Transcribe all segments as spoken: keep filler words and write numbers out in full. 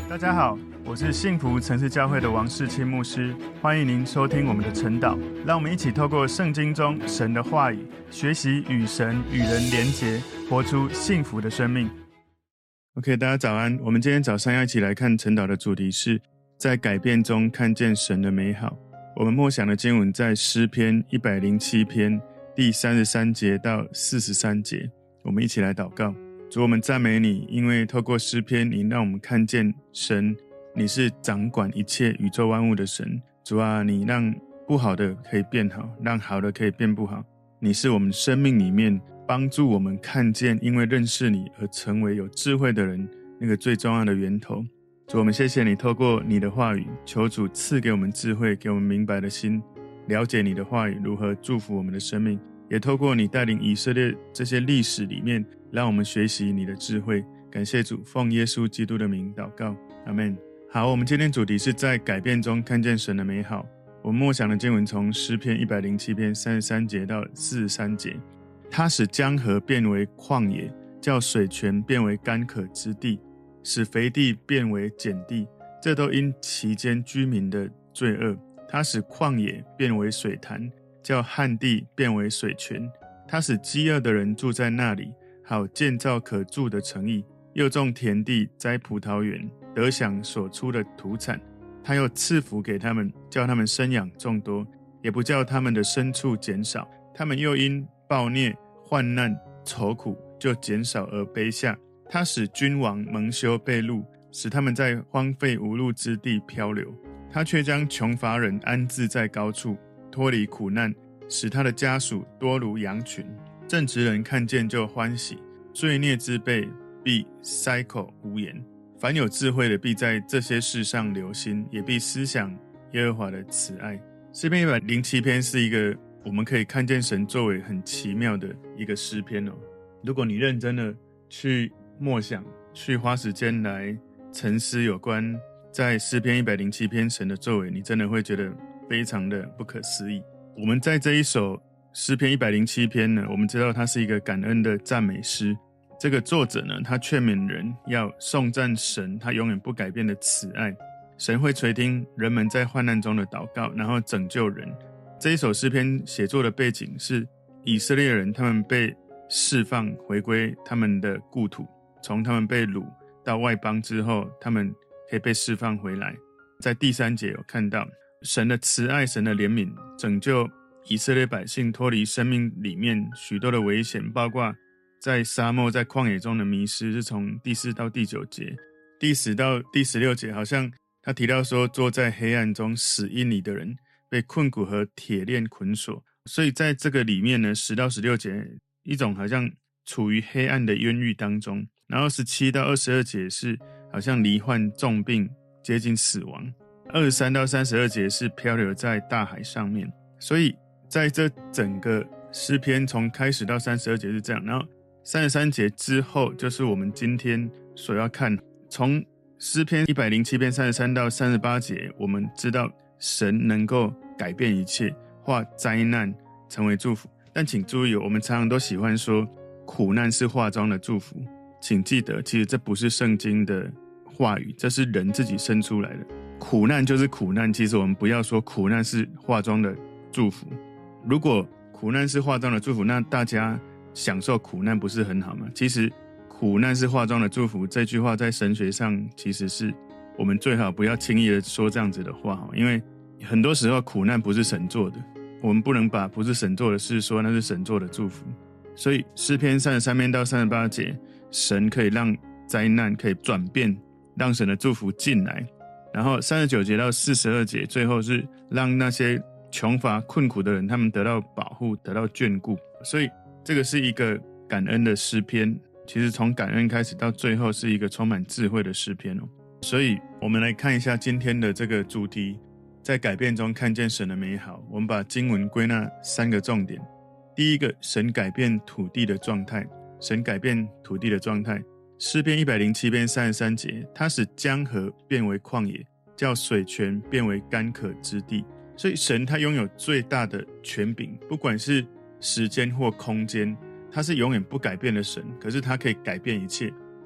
大家好，我是幸福城市教会的王世清牧师，欢迎您收听我们的晨祷。让我们一起透过圣经中神的话语，学习与神与人连结，活出幸福的生命。OK， 大家早安。我们今天早上要一起来看晨祷的主题是在改变中看见神的美好。我们默想的经文在诗篇一百零七篇第三十三节到四十三节。我们一起来祷告。主，我们赞美你，因为透过诗篇，你让我们看见神，你是掌管一切宇宙万物的神。主啊，你让不好的可以变好，让好的可以变不好。你是我们生命里面帮助我们看见因为认识你而成为有智慧的人那个最重要的源头。主，我们谢谢你透过你的话语，求主赐给我们智慧，给我们明白的心，了解你的话语如何祝福我们的生命，也透过你带领以色列这些历史里面，让我们学习你的智慧。感谢主，奉耶稣基督的名祷告，阿们。好，我们今天主题是在改变中看见神的美好。我们默想的经文从诗篇一百零七篇三十三节到四十三节。他使江河变为旷野，叫水泉变为干渴之地，使肥地变为碱地，这都因其间居民的罪恶。他使旷野变为水潭，叫旱地变为水泉。他使饥饿的人住在那里，好建造可住的城邑，又种田地，栽葡萄园，得享所出的土产。他又赐福给他们，叫他们生养众多，也不叫他们的牲畜减少。他们又因暴虐、患难、愁苦，就减少而卑下。他使君王蒙羞被戮，使他们在荒废无路之地漂流。他却将穷乏人安置在高处，脱离苦难，使他的家属多如羊群。正直人看见就欢喜，罪孽之辈必塞口无言。凡有智慧的必在这些事上留心，也必思想耶和华的慈爱。诗篇一百零七篇是一个我们可以看见神作为很奇妙的一个诗篇哦。如果你认真的去默想，去花时间来沉思有关在诗篇一百零七篇神的作为，你真的会觉得非常的不可思议。我们在这一首诗篇一百零七篇呢，我们知道它是一个感恩的赞美诗。这个作者呢，他劝勉人要颂赞神他永远不改变的慈爱。神会垂听人们在患难中的祷告，然后拯救人。这一首诗篇写作的背景是以色列人他们被释放回归他们的故土，从他们被掳到外邦之后，他们可以被释放回来。在第三节有看到神的慈爱，神的怜悯，拯救以色列百姓脱离生命里面许多的危险，包括在沙漠在旷野中的迷失，是从第四到第九节。第十到第十六节好像他提到说，坐在黑暗中死荫里的人被困苦和铁链捆锁。所以在这个里面呢，十到十六节一种好像处于黑暗的冤狱当中，然后十七到二十二节是好像罹患重病接近死亡，二十三到三十二节是漂流在大海上面。所以在这整个诗篇从开始到三十二节是这样，然后三十三节之后就是我们今天所要看。从诗篇一百零七篇三十三到三十八节，我们知道神能够改变一切，化灾难成为祝福。但请注意，我们常常都喜欢说苦难是化妆的祝福，请记得其实这不是圣经的话语，这是人自己生出来的。苦难就是苦难，其实我们不要说苦难是化妆的祝福。如果苦难是化妆的祝福，那大家享受苦难不是很好吗？其实苦难是化妆的祝福这句话在神学上其实是我们最好不要轻易的说这样子的话，因为很多时候苦难不是神做的，我们不能把不是神做的事说那是神做的祝福。所以诗篇三十三篇到三十八节，神可以让灾难可以转变，让神的祝福进来。然后三十九节到四十二节最后是让那些穷乏困苦的人他们得到保护，得到眷顾。所以这个是一个感恩的诗篇，其实从感恩开始到最后是一个充满智慧的诗篇哦。所以我们来看一下今天的这个主题，在改变中看见神的美好。我们把经文归纳三个重点。第一个，神改变土地的状态。神改变土地的状态。诗篇一百零七篇三十三节，他使江河变为旷野，叫水泉变为干渴之地。所以神他拥有最大的权柄，不管是时间或空间，他是永远不改变的神，可是他可以改变一切。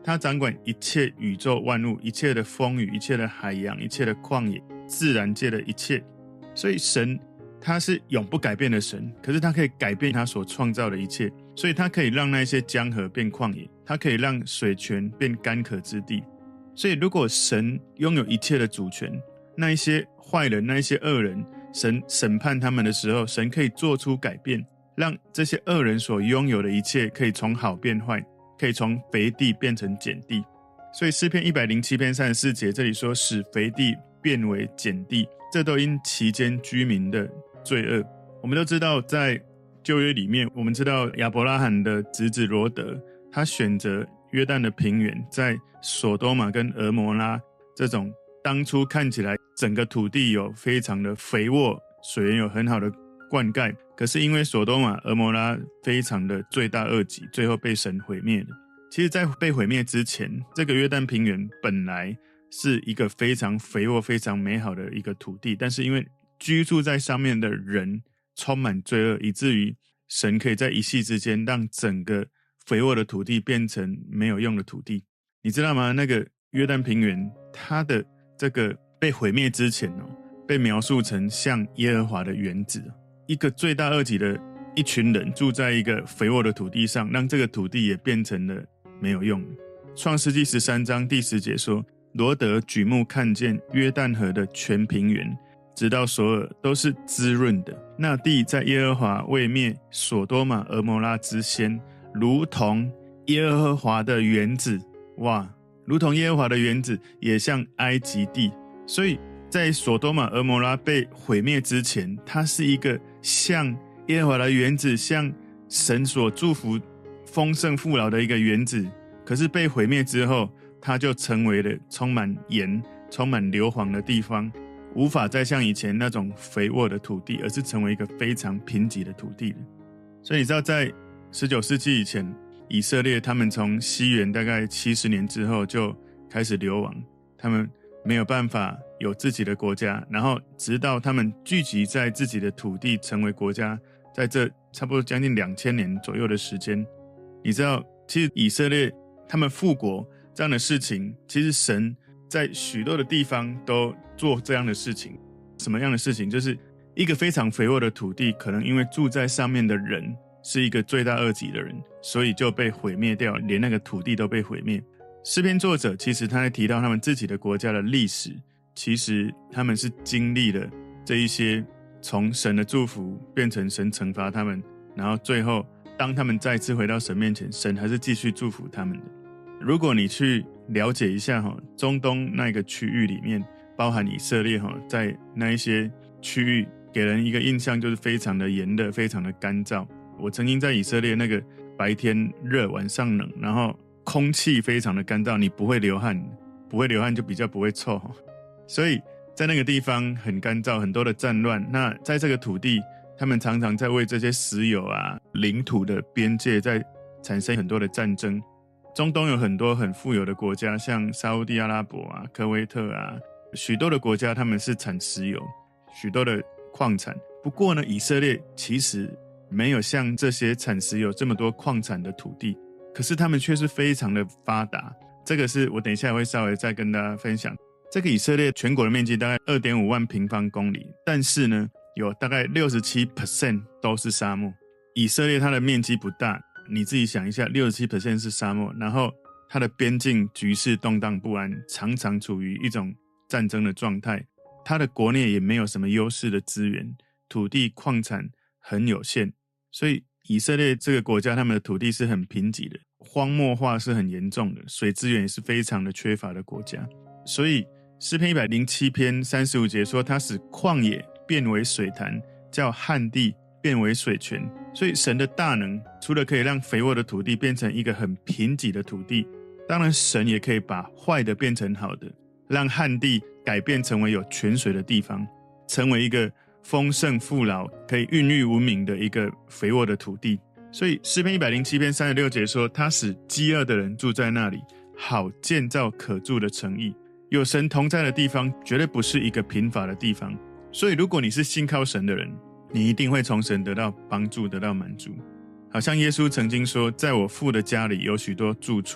他掌管一切宇宙万物，一切的风雨，一切的海洋，一切的旷野，自然界的一切。所以神他是永不改变的神，可是他可以改变他所创造的一切，所以他可以让那些江河变旷野，他可以让水泉变干渴之地。所以如果神拥有一切的主权，那一些坏人，那一些恶人，神审判他们的时候，神可以做出改变，让这些恶人所拥有的一切可以从好变坏，可以从肥地变成碱地。所以诗篇一百零七篇三十四节这里说，使肥地变为碱地，这都因其间居民的罪恶。我们都知道在旧约里面，我们知道亚伯拉罕的侄子罗德，他选择约旦的平原，在索多玛跟俄摩拉这种当初看起来整个土地有非常的肥沃，水源有很好的灌溉，可是因为索多玛、俄摩拉非常的罪大恶极，最后被神毁灭了。其实在被毁灭之前，这个约旦平原本来是一个非常肥沃非常美好的一个土地，但是因为居住在上面的人充满罪恶，以至于神可以在一夕之间让整个肥沃的土地变成没有用的土地。你知道吗？那个约旦平原它的这个被毁灭之前、哦、被描述成像耶和华的园子，一个罪大恶极的一群人住在一个肥沃的土地上，让这个土地也变成了没有用的。创世纪十三章第十节说，罗德举目看见约旦河的全平原直到索尔都是滋润的，那地在耶和华未灭索多玛俄摩拉之先，如同耶和华的园子。哇，如同耶和华的园子，也像埃及地。所以在索多玛俄摩拉被毁灭之前，它是一个像耶和华的园子，像神所祝福丰盛富饶的一个园子。可是被毁灭之后，它就成为了充满盐、充满硫磺的地方，无法再像以前那种肥沃的土地，而是成为一个非常贫瘠的土地了。所以你知道，在十九世纪以前，以色列他们从西元大概七十年之后就开始流亡，他们没有办法有自己的国家，然后直到他们聚集在自己的土地成为国家，在这差不多将近两千年左右的时间，你知道，其实以色列他们复国这样的事情，其实神在许多的地方都做这样的事情。什么样的事情？就是一个非常肥沃的土地，可能因为住在上面的人是一个罪大恶极的人，所以就被毁灭掉，连那个土地都被毁灭。诗篇作者其实他在提到他们自己的国家的历史，其实他们是经历了这一些从神的祝福变成神惩罚他们，然后最后当他们再次回到神面前，神还是继续祝福他们的。如果你去了解一下中东那个区域里面，包含以色列，在那一些区域给人一个印象就是非常的炎热，非常的干燥。我曾经在以色列，那个白天热晚上冷，然后空气非常的干燥，你不会流汗，不会流汗就比较不会臭。所以在那个地方很干燥，很多的战乱。那在这个土地，他们常常在为这些石油啊、领土的边界在产生很多的战争。中东有很多很富有的国家，像沙烏地阿拉伯啊、科威特啊，许多的国家他们是产石油，许多的矿产。不过呢，以色列其实没有像这些产石油这么多矿产的土地，可是他们却是非常的发达。这个是我等一下会稍微再跟大家分享。这个以色列全国的面积大概 二点五万平方公里，但是呢，有大概 百分之六十七 都是沙漠。以色列它的面积不大，你自己想一下 百分之六十七 是沙漠，然后它的边境局势动荡不安，常常处于一种战争的状态。它的国内也没有什么优势的资源，土地矿产很有限，所以以色列这个国家他们的土地是很贫瘠的，荒漠化是很严重的，水资源也是非常的缺乏的国家。所以诗篇一百零七篇三十五节说，他使旷野变为水潭，叫旱地变为水泉。所以神的大能除了可以让肥沃的土地变成一个很贫瘠的土地，当然神也可以把坏的变成好的，让旱地改变成为有泉水的地方，成为一个丰盛富饶可以孕育文明的一个肥沃的土地。所以诗篇一百零七篇三十六节说，他使饥饿的人住在那里，好建造可住的城邑。有神同在的地方绝对不是一个贫乏的地方，所以如果你是信靠神的人，你一定会从神得到帮助，得到满足。好像耶稣曾经说，在我父的家里有许多住处，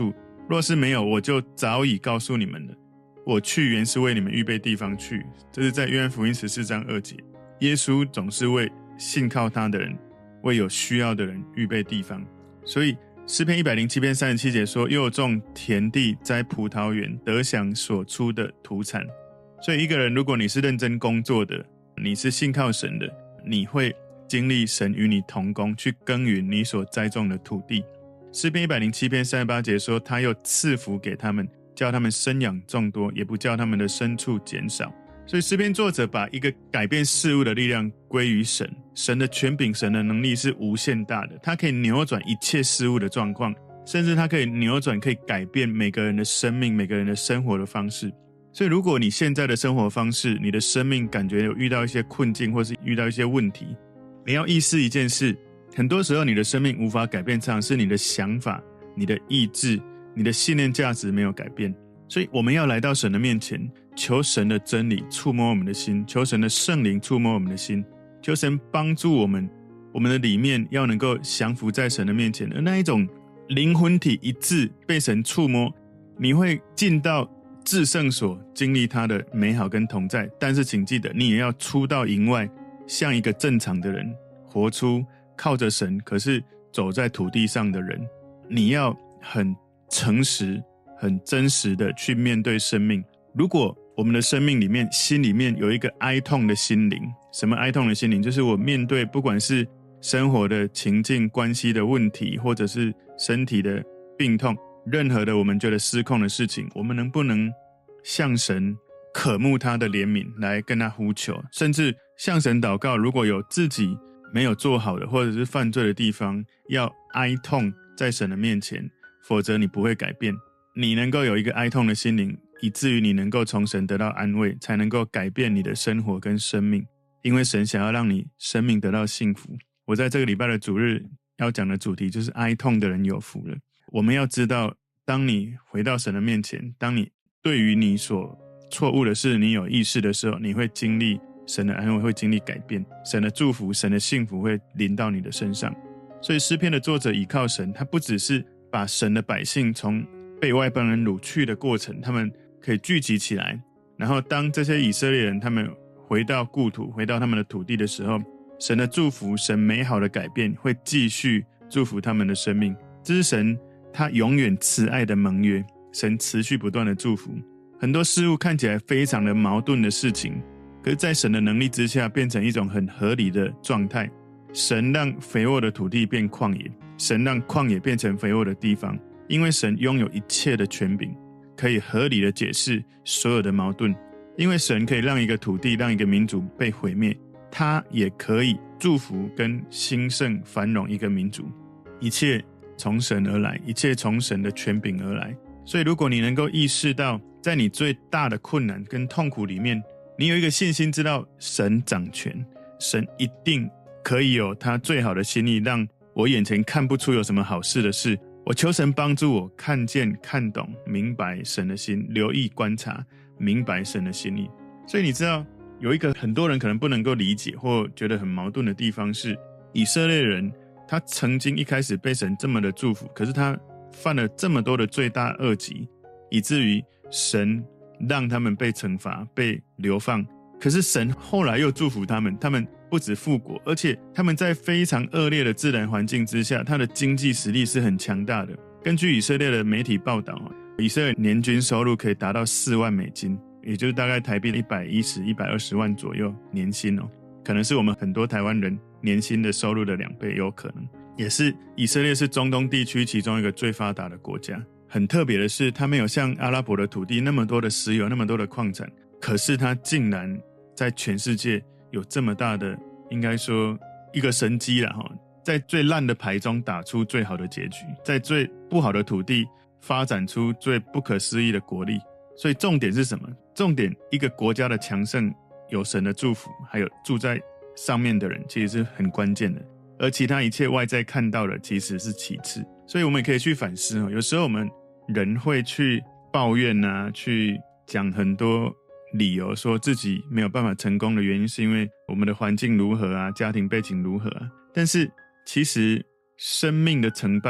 若是没有，我就早已告诉你们了。我去原是为你们预备地方去。这是在约翰福音十四章二节。耶稣总是为信靠他的人，为有需要的人预备地方。所以诗篇一百零七篇三十七节说，又种田地栽葡萄园，得享所出的土产。所以一个人，如果你是认真工作的，你是信靠神的，你会经历神与你同工，去耕耘你所栽种的土地。诗篇一百零七篇三十八节说，他又赐福给他们，叫他们生养众多，也不叫他们的牲畜减少。所以诗篇作者把一个改变事物的力量归于神，神的权柄，神的能力是无限大的，他可以扭转一切事物的状况，甚至他可以扭转，可以改变每个人的生命，每个人的生活的方式。所以如果你现在的生活方式，你的生命感觉有遇到一些困境，或是遇到一些问题，你要意识一件事，很多时候你的生命无法改变，常常是你的想法、你的意志、你的信念价值没有改变。所以我们要来到神的面前，求神的真理触摸我们的心，求神的圣灵触摸我们的心，求神帮助我们，我们的里面要能够降服在神的面前，而那一种灵魂体一致被神触摸，你会进到至圣所，经历他的美好跟同在。但是请记得，你也要出到营外，像一个正常的人，活出靠着神可是走在土地上的人。你要很诚实很真实的去面对生命。如果我们的生命里面心里面有一个哀痛的心灵，什么哀痛的心灵？就是我面对不管是生活的情境、关系的问题，或者是身体的病痛，任何的我们觉得失控的事情，我们能不能向神渴慕他的怜悯，来跟他呼求，甚至向神祷告，如果有自己没有做好的或者是犯罪的地方，要哀痛在神的面前，否则你不会改变。你能够有一个哀痛的心灵，以至于你能够从神得到安慰，才能够改变你的生活跟生命，因为神想要让你生命得到幸福。我在这个礼拜的主日要讲的主题就是哀痛的人有福了。我们要知道，当你回到神的面前，当你对于你所错误的事你有意识的时候，你会经历神的安慰，会经历改变，神的祝福，神的幸福会临到你的身上。所以诗篇的作者倚靠神，他不只是把神的百姓从被外邦人掳去的过程，他们可以聚集起来，然后当这些以色列人他们回到故土，回到他们的土地的时候，神的祝福，神美好的改变会继续祝福他们的生命。这是神他永远慈爱的盟约，神持续不断的祝福。很多事物看起来非常的矛盾的事情，可是在神的能力之下变成一种很合理的状态。神让肥沃的土地变旷野，神让旷野变成肥沃的地方，因为神拥有一切的权柄，可以合理的解释所有的矛盾。因为神可以让一个土地，让一个民族被毁灭，他也可以祝福跟兴盛繁荣一个民族。一切从神而来，一切从神的权柄而来。所以如果你能够意识到，在你最大的困难跟痛苦里面，你有一个信心，知道神掌权，神一定可以有他最好的心意，让我眼前看不出有什么好事的事，我求神帮助我看见、看懂、明白神的心，留意观察，明白神的心意。所以你知道有一个很多人可能不能够理解或觉得很矛盾的地方是，以色列人他曾经一开始被神这么的祝福，可是他犯了这么多的罪大恶极，以至于神让他们被惩罚、被流放。可是神后来又祝福他们，他们不止复国，而且他们在非常恶劣的自然环境之下，他的经济实力是很强大的。根据以色列的媒体报道，以色列年均收入可以达到四万美金，也就是大概台币一百一十、一百二十万左右年薪哦，可能是我们很多台湾人年薪的收入的两倍，有可能。也是以色列是中东地区其中一个最发达的国家。很特别的是，它没有像阿拉伯的土地那么多的石油，那么多的矿产，可是它竟然在全世界有这么大的，应该说一个神机啦，在最烂的牌中打出最好的结局，在最不好的土地发展出最不可思议的国力。所以重点是什么？重点一个国家的强盛，有神的祝福，还有住在上面的人，其实是很关键的，而其他一切外在看到的其实是其次。所以我们也可以去反思，有时候我们人会去抱怨啊，去讲很多理由，说自己没有办法成功的原因是因为我们的环境如何啊，家庭背景如何啊。但是其实生命的成败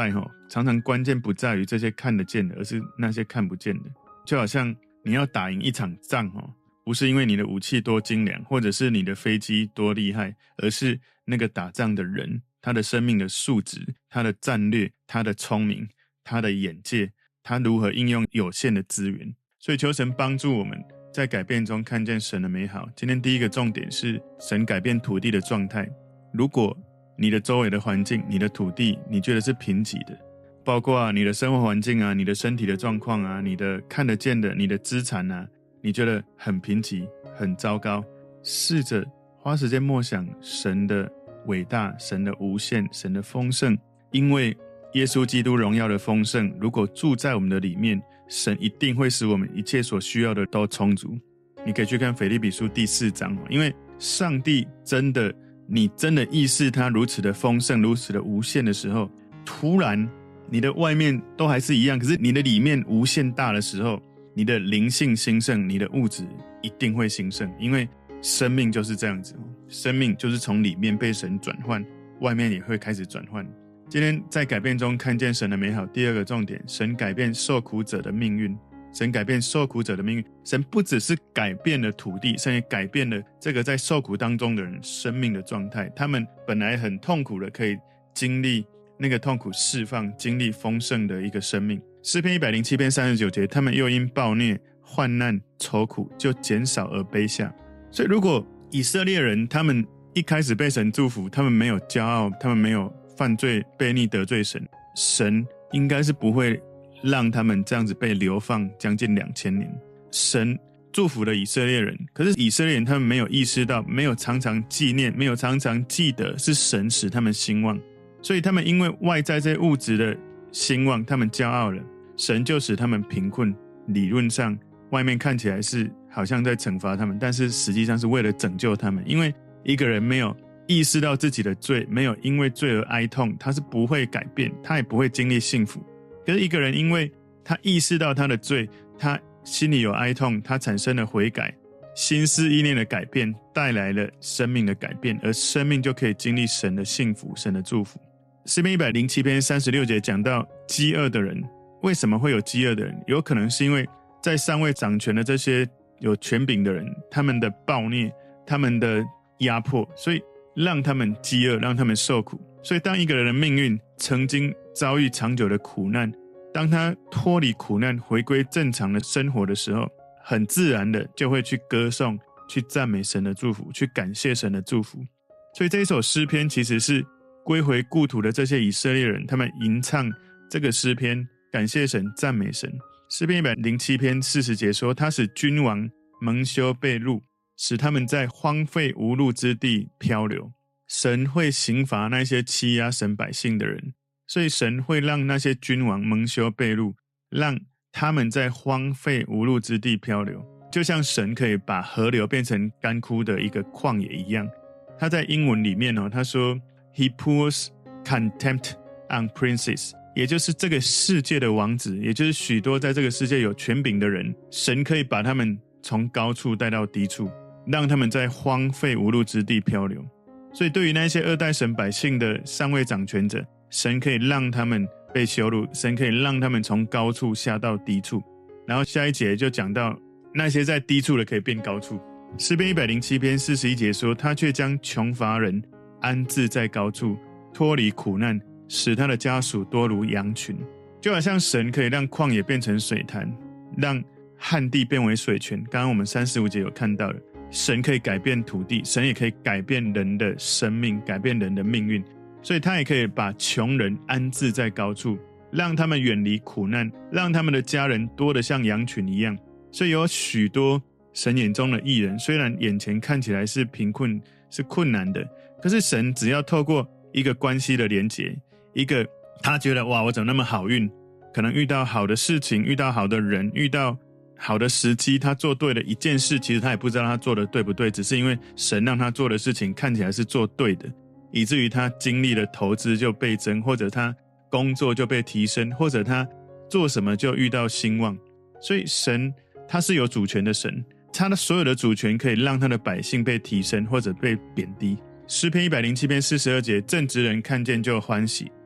常常关键不在于这些看得见的，而是那些看不见的。就好像你要打赢一场仗哦，不是因为你的武器多精良，或者是你的飞机多厉害，而是那个打仗的人，他的生命的素质，他的战略，他的聪明，他的眼界，他如何应用有限的资源。所以求神帮助我们在改变中看见神的美好。今天第一个重点是神改变土地的状态。如果你的周围的环境，你的土地你觉得是贫瘠的，包括你的生活环境啊，你的身体的状况啊，你的看得见的，你的资产啊，你觉得很贫瘠很糟糕，试着花时间默想神的伟大，神的无限，神的丰盛。因为耶稣基督荣耀的丰盛如果住在我们的里面，神一定会使我们一切所需要的都充足。你可以去看腓立比书第四章，因为上帝真的，你真的意识他如此的丰盛，如此的无限的时候，突然你的外面都还是一样，可是你的里面无限大的时候，你的灵性兴盛，你的物质一定会兴盛。因为生命就是这样子，生命就是从里面被神转换，外面也会开始转换。今天在改变中看见神的美好。第二个重点，神改变受苦者的命运。神改变受苦者的命运，神不只是改变了土地，神也改变了这个在受苦当中的人生命的状态。他们本来很痛苦的，可以经历那个痛苦释放，经历丰盛的一个生命。诗篇一百零七篇三十九节，他们又因暴虐、患难、愁苦就减少而卑下。所以如果以色列人他们一开始被神祝福，他们没有骄傲，他们没有犯罪悖逆得罪神，神应该是不会让他们这样子被流放将近两千年。神祝福了以色列人，可是以色列人他们没有意识到，没有常常纪念，没有常常记得是神使他们兴旺，所以他们因为外在这些物质的兴旺，他们骄傲了，神就使他们贫困。理论上外面看起来是好像在惩罚他们，但是实际上是为了拯救他们。因为一个人没有意识到自己的罪，没有因为罪而哀痛，他是不会改变，他也不会经历幸福。可是一个人因为他意识到他的罪，他心里有哀痛，他产生了悔改，心思意念的改变带来了生命的改变，而生命就可以经历神的幸福，神的祝福。诗篇一百零七篇三十六节讲到饥饿的人，为什么会有饥饿的人？有可能是因为在上位掌权的这些有权柄的人，他们的暴虐，他们的压迫，所以让他们饥饿，让他们受苦。所以当一个人的命运曾经遭遇长久的苦难，当他脱离苦难回归正常的生活的时候，很自然的就会去歌颂，去赞美神的祝福，去感谢神的祝福。所以这一首诗篇其实是归回故土的这些以色列人，他们吟唱这个诗篇，感谢神，赞美神。诗篇一百零七篇四十节说，他使君王蒙羞被戮，使他们在荒废无路之地漂流。神会刑罚那些欺压神百姓的人，所以神会让那些君王蒙羞被戮，让他们在荒废无路之地漂流。就像神可以把河流变成干枯的一个旷野一样。他在英文里面、哦、他说 He pours contempt on princes， 也就是这个世界的王子，也就是许多在这个世界有权柄的人，神可以把他们从高处带到低处，让他们在荒废无路之地漂流。所以对于那些恶待神百姓的上位掌权者，神可以让他们被羞辱，神可以让他们从高处下到低处。然后下一节就讲到那些在低处的可以变高处。诗篇一百零七篇四十一节说，他却将穷乏人安置在高处，脱离苦难，使他的家属多如羊群。就好像神可以让旷野变成水潭，让旱地变为水泉。刚刚我们三十五节有看到了，神可以改变土地，神也可以改变人的生命，改变人的命运。所以他也可以把穷人安置在高处，让他们远离苦难，让他们的家人多得像羊群一样。所以有许多神眼中的义人，虽然眼前看起来是贫困是困难的，可是神只要透过一个关系的连结，一个他觉得哇我怎么那么好运，可能遇到好的事情，遇到好的人，遇到好的时机，他做对了一件事，其实他也不知道他做的对不对，只是因为神让他做的事情看起来是做对的，以至于他经历了投资就倍增，或者他工作就被提升，或者他做什么就遇到兴旺。所以神他是有主权的神，他的所有的主权可以让他的百姓被提升或者被贬低。诗篇一百零七篇四十二节，正直人看见就欢喜，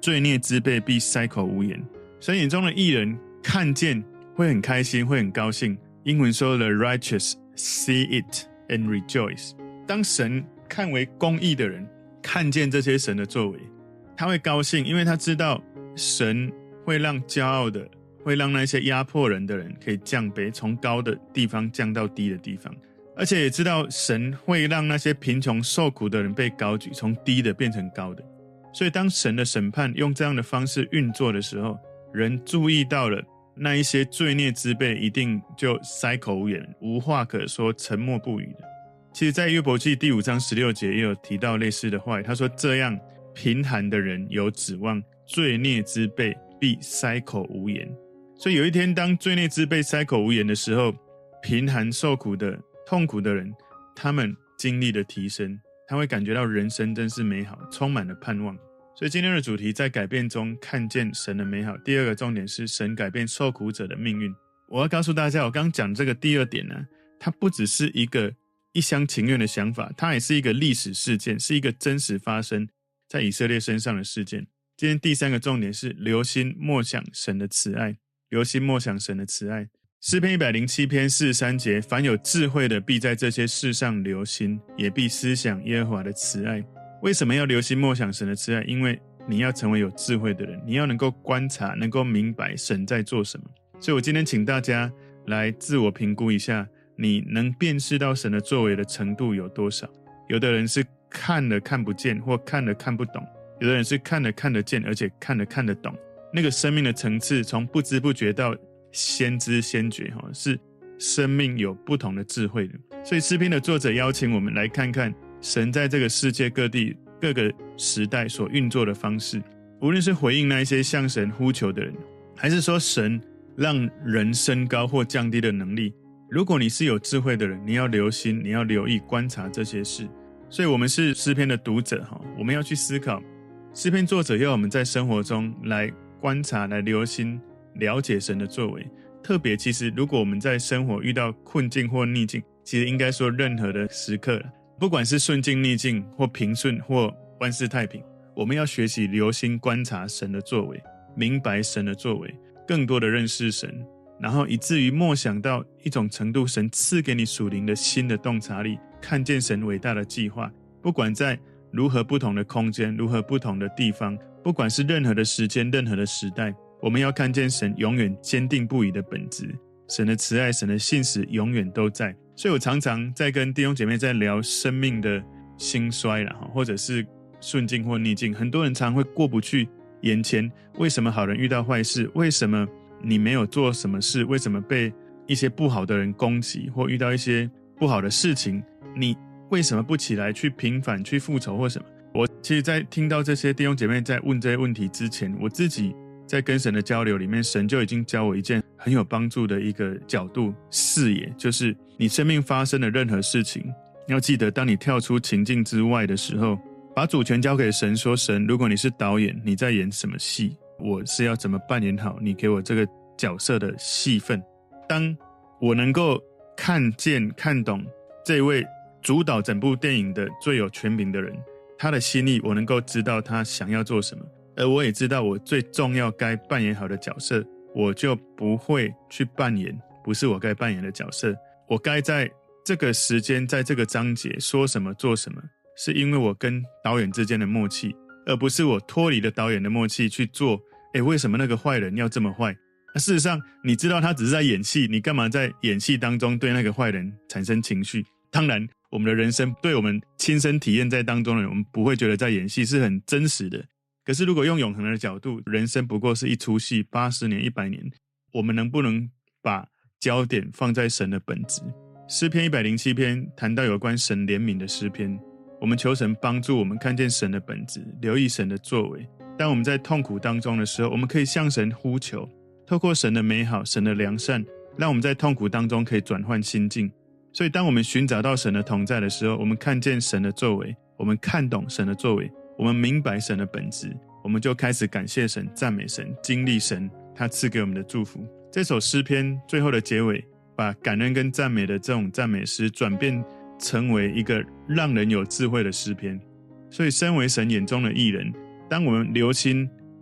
罪孽之辈必塞口无言。神眼中的义人看见会很开心，会很高兴。英文说 The righteous see it and rejoice。 当神看为公义的人看见这些神的作为，他会高兴，因为他知道神会让骄傲的，会让那些压迫人的人可以降卑，从高的地方降到低的地方。而且也知道神会让那些贫穷受苦的人被高举，从低的变成高的。所以当神的审判用这样的方式运作的时候，人注意到了那一些罪孽之辈一定就塞口无言，无话可说，沉默不语的。其实在约伯记第五章十六节也有提到类似的话，他说这样贫寒的人有指望，罪孽之辈必塞口无言。所以有一天当罪孽之辈塞口无言的时候，贫寒受苦的痛苦的人，他们经历了提升，他会感觉到人生真是美好，充满了盼望。所以今天的主题在改变中看见神的美好。第二个重点是神改变受苦者的命运。我要告诉大家，我刚刚讲这个第二点呢，它不只是一个一厢情愿的想法，它也是一个历史事件，是一个真实发生在以色列身上的事件。今天第三个重点是留心默想神的慈爱，留心默想神的慈爱。诗篇一百零七篇四十三节，凡有智慧的必在这些事上留心，也必思想耶和华的慈爱。为什么要留心默想神的慈爱？因为你要成为有智慧的人，你要能够观察，能够明白神在做什么。所以我今天请大家来自我评估一下，你能辨识到神的作为的程度有多少。有的人是看了看不见，或看了看不懂，有的人是看了看得见，而且看了看得懂。那个生命的层次从不知不觉到先知先觉，是生命有不同的智慧的。所以诗篇的作者邀请我们来看看神在这个世界各地各个时代所运作的方式，无论是回应那一些向神呼求的人，还是说神让人升高或降低的能力。如果你是有智慧的人，你要留心，你要留意观察这些事。所以我们是诗篇的读者，我们要去思考诗篇作者要我们在生活中来观察，来留心了解神的作为。特别其实如果我们在生活遇到困境或逆境，其实应该说任何的时刻，不管是顺境逆境或平顺或万事太平，我们要学习留心观察神的作为，明白神的作为，更多的认识神，然后以至于默想到一种程度，神赐给你属灵的新的洞察力，看见神伟大的计划。不管在如何不同的空间，如何不同的地方，不管是任何的时间，任何的时代，我们要看见神永远坚定不移的本质，神的慈爱，神的信实永远都在。所以我常常在跟弟兄姐妹在聊生命的兴衰啦，或者是顺境或逆境，很多人常常会过不去眼前，为什么好人遇到坏事？为什么你没有做什么事？为什么被一些不好的人攻击，或遇到一些不好的事情？你为什么不起来去平反，去复仇或什么？我其实在听到这些弟兄姐妹在问这些问题之前，我自己在跟神的交流里面，神就已经教我一件很有帮助的一个角度视野，就是你生命发生的任何事情，要记得当你跳出情境之外的时候，把主权交给神，说神，如果你是导演，你在演什么戏，我是要怎么扮演好你给我这个角色的戏份。当我能够看见看懂这位主导整部电影的最有权柄的人，他的心意我能够知道他想要做什么，而我也知道我最重要该扮演好的角色，我就不会去扮演不是我该扮演的角色。我该在这个时间，在这个章节说什么做什么，是因为我跟导演之间的默契，而不是我脱离了导演的默契去做。诶，为什么那个坏人要这么坏？那事实上你知道他只是在演戏，你干嘛在演戏当中对那个坏人产生情绪？当然我们的人生对我们亲身体验在当中的人，我们不会觉得在演戏，是很真实的。可是如果用永恒的角度，人生不过是一出戏，八十年一百年，我们能不能把焦点放在神的本质？诗篇一百零七篇谈到有关神怜悯的诗篇，我们求神帮助我们看见神的本质，留意神的作为。当我们在痛苦当中的时候，我们可以向神呼求，透过神的美好，神的良善，让我们在痛苦当中可以转换心境。所以当我们寻找到神的同在的时候，我们看见神的作为，我们看懂神的作为，我们明白神的本质，我们就开始感谢神，赞美神，经历神他赐给我们的祝福。这首诗篇最后的结尾，把感恩跟赞美的这种赞美诗转变成为一个让人有智慧的诗篇。所以身为神眼中的义人，当我们留心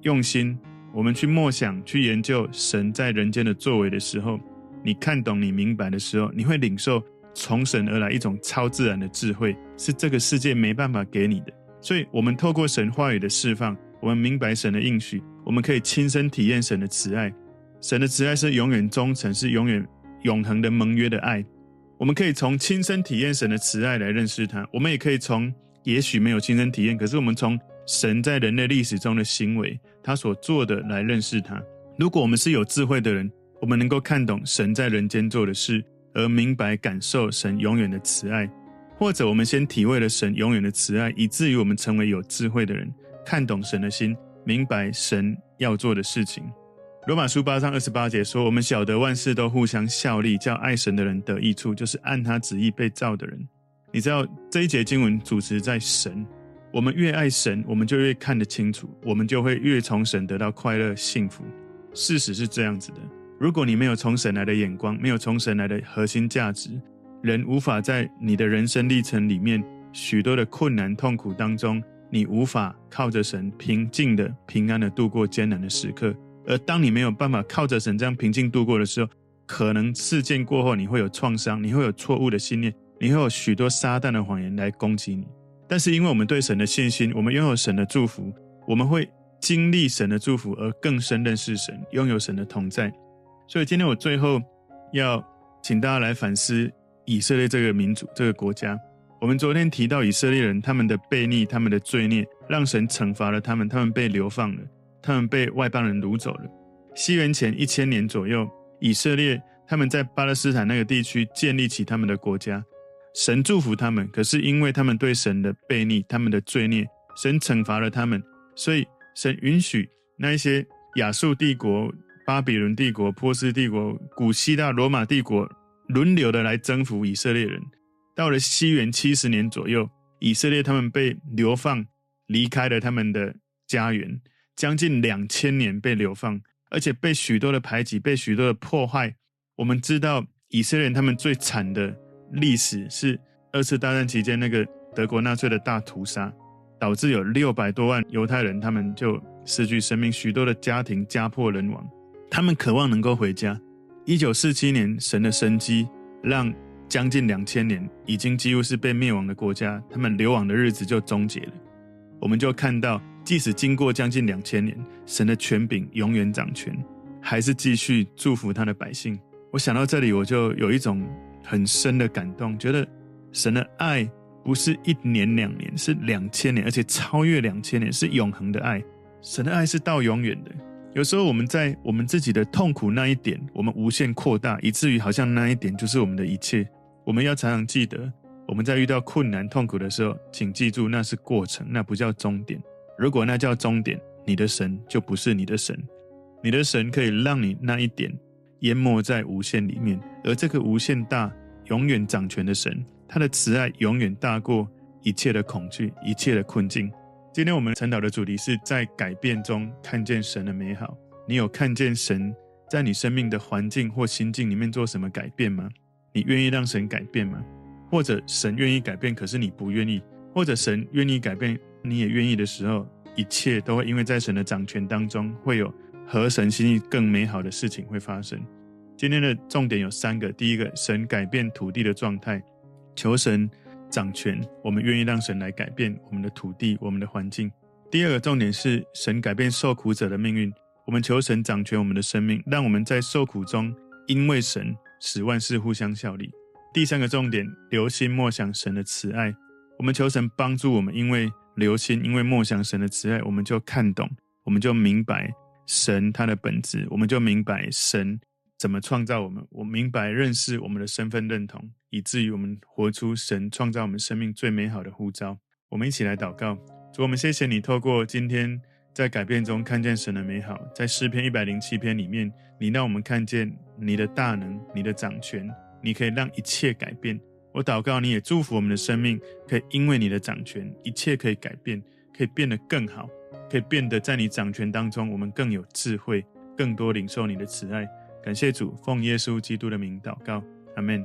用心，我们去默想去研究神在人间的作为的时候，你看懂你明白的时候，你会领受从神而来一种超自然的智慧，是这个世界没办法给你的。所以我们透过神话语的释放，我们明白神的应许，我们可以亲身体验神的慈爱。神的慈爱是永远忠诚，是永远永恒的盟约的爱。我们可以从亲身体验神的慈爱来认识他，我们也可以从也许没有亲身体验，可是我们从神在人类历史中的行为，他所做的来认识他。如果我们是有智慧的人，我们能够看懂神在人间做的事，而明白感受神永远的慈爱。或者我们先体会了神永远的慈爱，以至于我们成为有智慧的人，看懂神的心，明白神要做的事情。罗马书八章二十八节说，我们晓得万事都互相效力，叫爱神的人得益处，就是按他旨意被造的人。你知道这一节经文主持在神，我们越爱神，我们就越看得清楚，我们就会越从神得到快乐幸福。事实是这样子的，如果你没有从神来的眼光，没有从神来的核心价值，人无法在你的人生历程里面许多的困难痛苦当中，你无法靠着神平静的平安的度过艰难的时刻。而当你没有办法靠着神这样平静度过的时候，可能事件过后你会有创伤，你会有错误的信念，你会有许多撒旦的谎言来攻击你。但是因为我们对神的信心，我们拥有神的祝福，我们会经历神的祝福而更深认识神，拥有神的同在。所以今天我最后要请大家来反思以色列这个民族，这个国家。我们昨天提到以色列人，他们的悖逆，他们的罪孽，让神惩罚了他们，他们被流放了，他们被外邦人掳走了。西元前一千年左右，以色列他们在巴勒斯坦那个地区建立起他们的国家，神祝福他们，可是因为他们对神的悖逆，他们的罪孽，神惩罚了他们，所以神允许那一些亚述帝国、巴比伦帝国、波斯帝国、古希腊罗马帝国轮流的来征服以色列人。到了西元七十年左右，以色列他们被流放，离开了他们的家园，将近两千年被流放，而且被许多的排挤，被许多的迫害。我们知道以色列人他们最惨的历史是二次大战期间那个德国纳粹的大屠杀，导致有六百多万犹太人他们就失去生命，许多的家庭家破人亡。他们渴望能够回家。一九四七年神的神迹让将近两千年已经几乎是被灭亡的国家，他们流亡的日子就终结了。我们就看到即使经过将近两千年，神的权柄永远掌权，还是继续祝福他的百姓。我想到这里，我就有一种很深的感动，觉得神的爱不是一年两年，是两千年，而且超越两千年，是永恒的爱。神的爱是到永远的。有时候我们在我们自己的痛苦那一点，我们无限扩大，以至于好像那一点就是我们的一切。我们要常常记得，我们在遇到困难痛苦的时候，请记住那是过程，那不叫终点。如果那叫终点，你的神就不是你的神。你的神可以让你那一点淹没在无限里面，而这个无限大永远掌权的神，他的慈爱永远大过一切的恐惧，一切的困境。今天我们晨祷的主题是在改变中看见神的美好。你有看见神在你生命的环境或心境里面做什么改变吗？你愿意让神改变吗？或者神愿意改变，可是你不愿意，或者神愿意改变，你也愿意的时候，一切都会因为在神的掌权当中，会有合神心意更美好的事情会发生。今天的重点有三个。第一个，神改变土地的状态，求神掌权，我们愿意让神来改变我们的土地，我们的环境。第二个重点是神改变受苦者的命运，我们求神掌权我们的生命，让我们在受苦中因为神使万事互相效力。第三个重点，留心默想神的慈爱，我们求神帮助我们，因为留心，因为默想神的慈爱，我们就看懂，我们就明白神他的本质，我们就明白神怎么创造我们，我明白认识我们的身份认同，以至于我们活出神创造我们生命最美好的呼召。我们一起来祷告。主，我们谢谢你透过今天在改变中看见神的美好，在诗篇一百零七篇里面，你让我们看见你的大能，你的掌权，你可以让一切改变。我祷告你也祝福我们的生命，可以因为你的掌权，一切可以改变，可以变得更好，可以变得在你掌权当中我们更有智慧，更多领受你的慈爱。感谢主，奉耶稣基督的名祷告，阿们。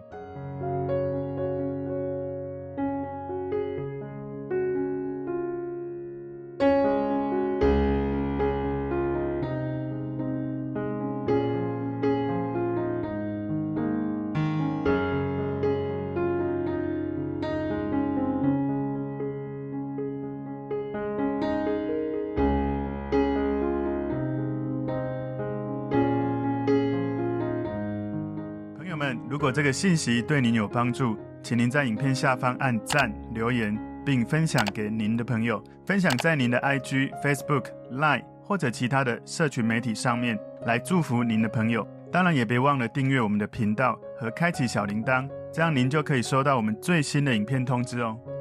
果这个信息对您有帮助，请您在影片下方按赞、留言，并分享给您的朋友，分享在您的 I G、Facebook、Line 或者其他的社群媒体上面，来祝福您的朋友。当然也别忘了订阅我们的频道和开启小铃铛，这样您就可以收到我们最新的影片通知哦。